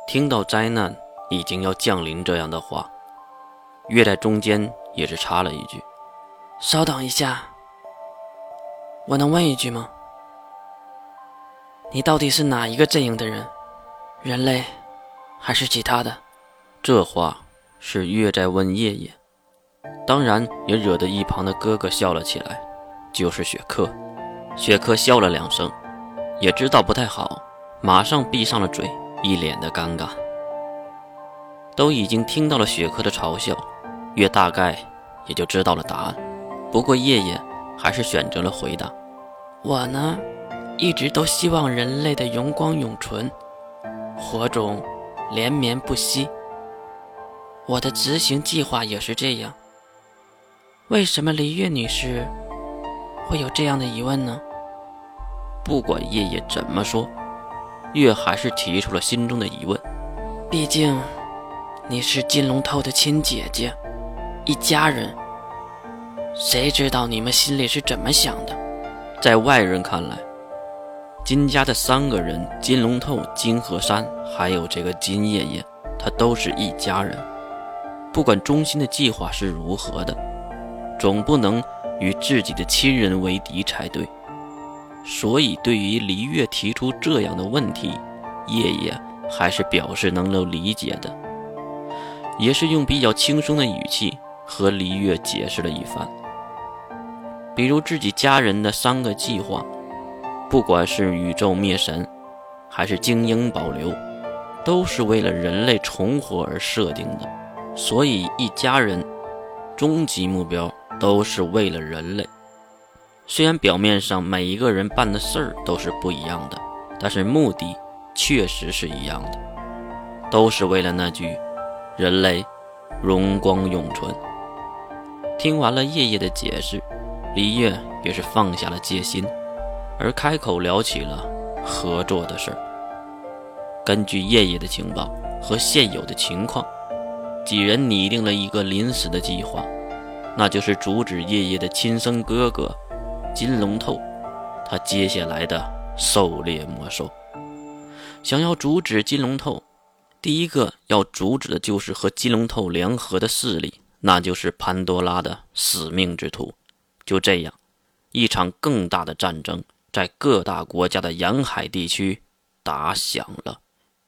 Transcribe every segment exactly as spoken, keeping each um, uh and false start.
听到灾难已经要降临这样的话，月在中间也是插了一句： 稍等一下，我能问一句吗？你到底是哪一个阵营的人？人类还是其他的？ 这话是月在问叶叶，当然也惹得一旁的哥哥笑了起来，就是雪珂。雪珂笑了两声，也知道不太好，马上闭上了嘴，一脸的尴尬。都已经听到了雪珂的嘲笑，月大概也就知道了答案。不过叶叶还是选择了回答： 我呢，一直都希望人类的荣光永存，火种连绵不息。我的执行计划也是这样。为什么黎月女士会有这样的疑问呢？ 不管叶叶怎么说，月还是提出了心中的疑问。 毕竟你是金龙头的亲姐姐，一家人，谁知道你们心里是怎么想的？ 在外人看来，金家的三个人，金龙头、金河山还有这个金叶叶，他都是一家人。不管忠心的计划是如何的，总不能与自己的亲人为敌才对。所以对于黎月提出这样的问题，叶叶还是表示能够理解的，也是用比较轻松的语气和黎月解释了一番。比如自己家人的三个计划，不管是宇宙灭神还是精英保留，都是为了人类重活而设定的，所以一家人终极目标都是为了人类。虽然表面上每一个人办的事儿都是不一样的，但是目的确实是一样的，都是为了那句人类荣光永存。听完了叶叶的解释，黎月也是放下了戒心，而开口聊起了合作的事儿。根据叶叶的情报和现有的情况，几人拟定了一个临时的计划，那就是阻止叶叶的亲生哥哥金龙头他接下来的狩猎魔兽。想要阻止金龙头，第一个要阻止的就是和金龙头联合的势力，那就是潘多拉的死命之徒。就这样，一场更大的战争在各大国家的沿海地区打响了。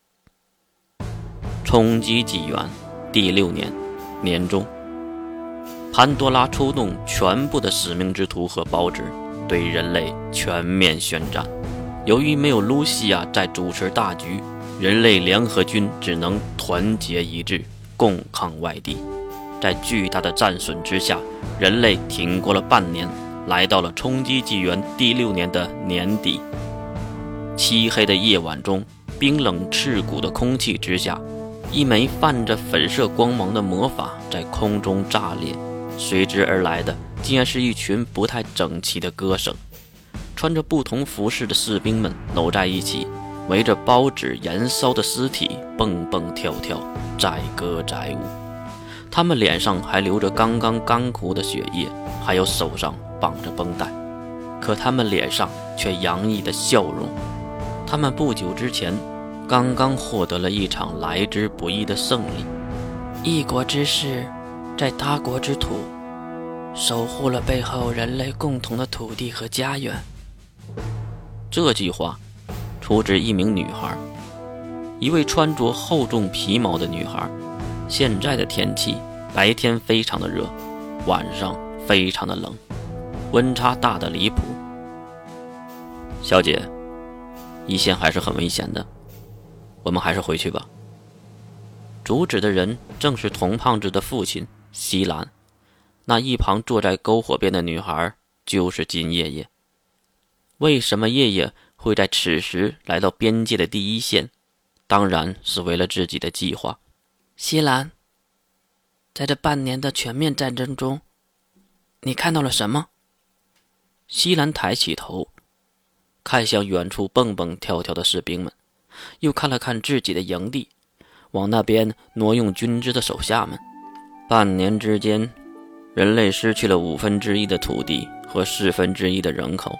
冲击纪元第六年年中，潘多拉出动全部的使命之徒和胞子，对人类全面宣战。由于没有露西亚在主持大局，人类联合军只能团结一致，共抗外敌。在巨大的战损之下，人类挺过了半年，来到了冲击纪元第六年的年底。漆黑的夜晚中，冰冷刺骨的空气之下，一枚泛着粉色光芒的魔法在空中炸裂，随之而来的竟然是一群不太整齐的歌声。穿着不同服饰的士兵们搂在一起，围着包纸燃烧的尸体蹦蹦跳跳，载歌载舞。他们脸上还流着刚刚干枯的血液，还有手上绑着绷带，可他们脸上却洋溢的笑容。他们不久之前刚刚获得了一场来之不易的胜利。 一国之士在他国之土，守护了背后人类共同的土地和家园。 这句话出自一名女孩，一位穿着厚重皮毛的女孩。现在的天气，白天非常的热，晚上非常的冷，温差大的离谱。小姐，一线还是很危险的，我们还是回去吧。阻止的人正是童胖子的父亲西兰，那一旁坐在篝火边的女孩就是金叶叶。为什么叶叶会在此时来到边界的第一线？当然是为了自己的计划。 西兰，在这半年的全面战争中，你看到了什么？ 西兰抬起头，看向远处蹦蹦跳跳的士兵们，又看了看自己的营地，往那边挪用军资的手下们。半年之间，人类失去了五分之一的土地和四分之一的人口。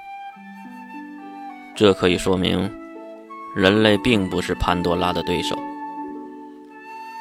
这可以说明，人类并不是潘多拉的对手。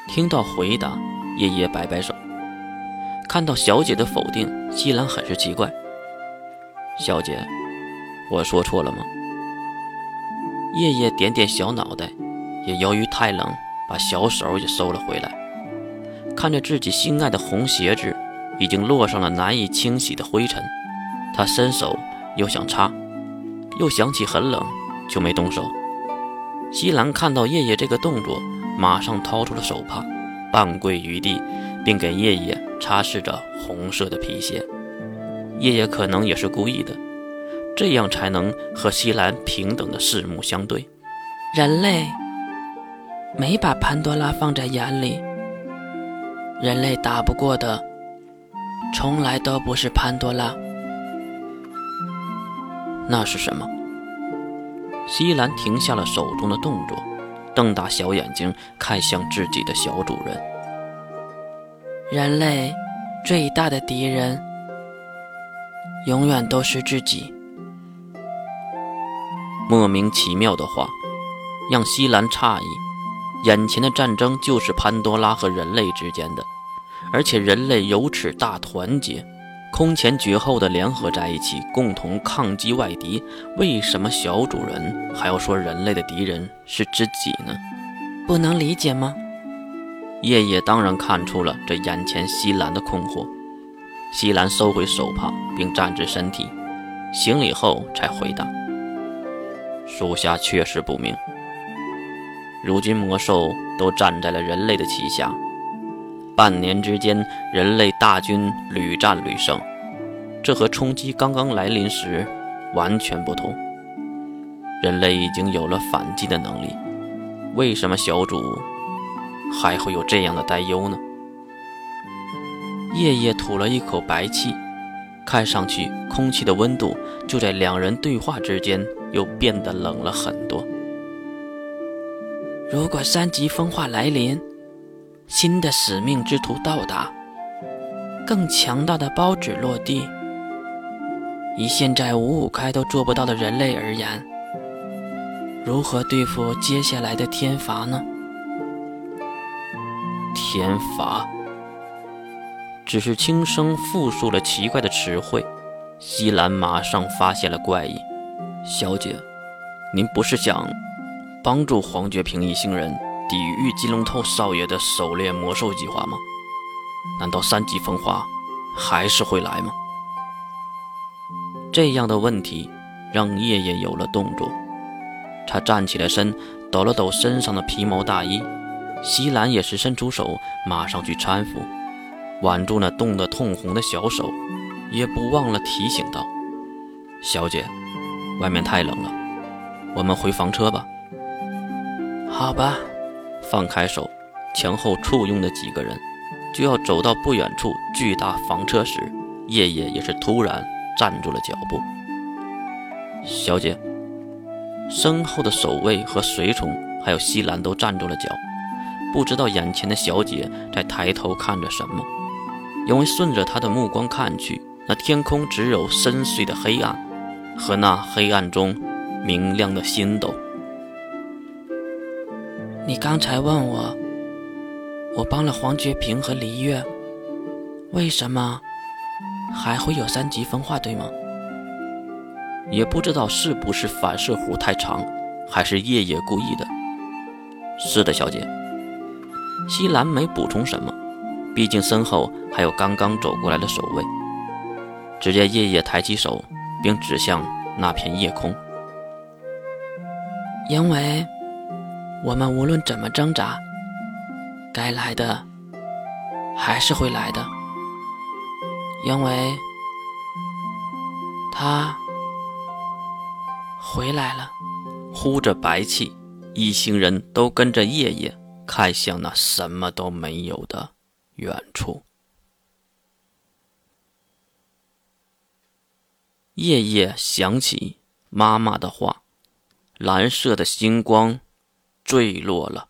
听到回答，叶叶摆摆手。看到小姐的否定，西兰很是奇怪。小姐，我说错了吗？叶叶点点小脑袋，也由于太冷，把小手也收了回来。看着自己心爱的红鞋子已经落上了难以清洗的灰尘，他伸手又想擦，又想起很冷，就没动手。西兰看到叶叶这个动作，马上掏出了手帕，半跪于地，并给叶叶擦拭着红色的皮鞋。叶叶可能也是故意的，这样才能和西兰平等的四目相对。 人类没把潘多拉放在眼里，人类打不过的从来都不是潘多拉。 那是什么？西兰停下了手中的动作，瞪大小眼睛看向自己的小主人。 人类最大的敌人永远都是自己。 莫名其妙的话让西兰诧异，眼前的战争就是潘多拉和人类之间的，而且人类有此大团结，空前绝后的联合在一起，共同抗击外敌。为什么小主人还要说人类的敌人是自己呢？ 不能理解吗？ 叶叶当然看出了这眼前西兰的困惑。西兰收回手帕，并站直身体，行礼后才回答：属下确实不明，如今魔兽都站在了人类的旗下，半年之间人类大军屡战屡胜，这和冲击刚刚来临时完全不同。人类已经有了反击的能力，为什么小主还会有这样的担忧呢？叶叶吐了一口白气，看上去空气的温度就在两人对话之间又变得冷了很多。 如果三级风化来临，新的使命之途到达，更强大的孢子落地，以现在五五开都做不到的人类而言，如何对付接下来的天罚呢？ 天罚只是轻声复述了奇怪的词汇，西兰马上发现了怪异。小姐，您不是想帮助黄觉平一行人抵御金龙头少爷的狩猎魔兽计划吗？难道三级风化还是会来吗？这样的问题让叶叶有了动作，他站起了身，抖了抖身上的皮毛大衣。西兰也是伸出手，马上去搀扶，挽住那冻得通红的小手，也不忘了提醒道：小姐，外面太冷了，我们回房车吧。 好吧。 放开手，前后簇拥的几个人就要走到不远处巨大房车时，叶叶也是突然站住了脚步。小姐，身后的守卫和随从还有西兰都站住了脚，不知道眼前的小姐在抬头看着什么，因为顺着她的目光看去，那天空只有深邃的黑暗和那黑暗中明亮的星斗。 你刚才问我，我帮了黄觉平和黎月，为什么还会有三级分化，对吗？ 也不知道是不是反射弧太长，还是叶叶故意的。是的，小姐。西兰没补充什么，毕竟身后还有刚刚走过来的守卫。只见叶叶抬起手，并指向那片夜空。 因为我们无论怎么挣扎，该来的还是会来的，因为他回来了。 呼着白气，一行人都跟着叶叶看向那什么都没有的远处。叶叶想起妈妈的话，蓝色的星光坠落了。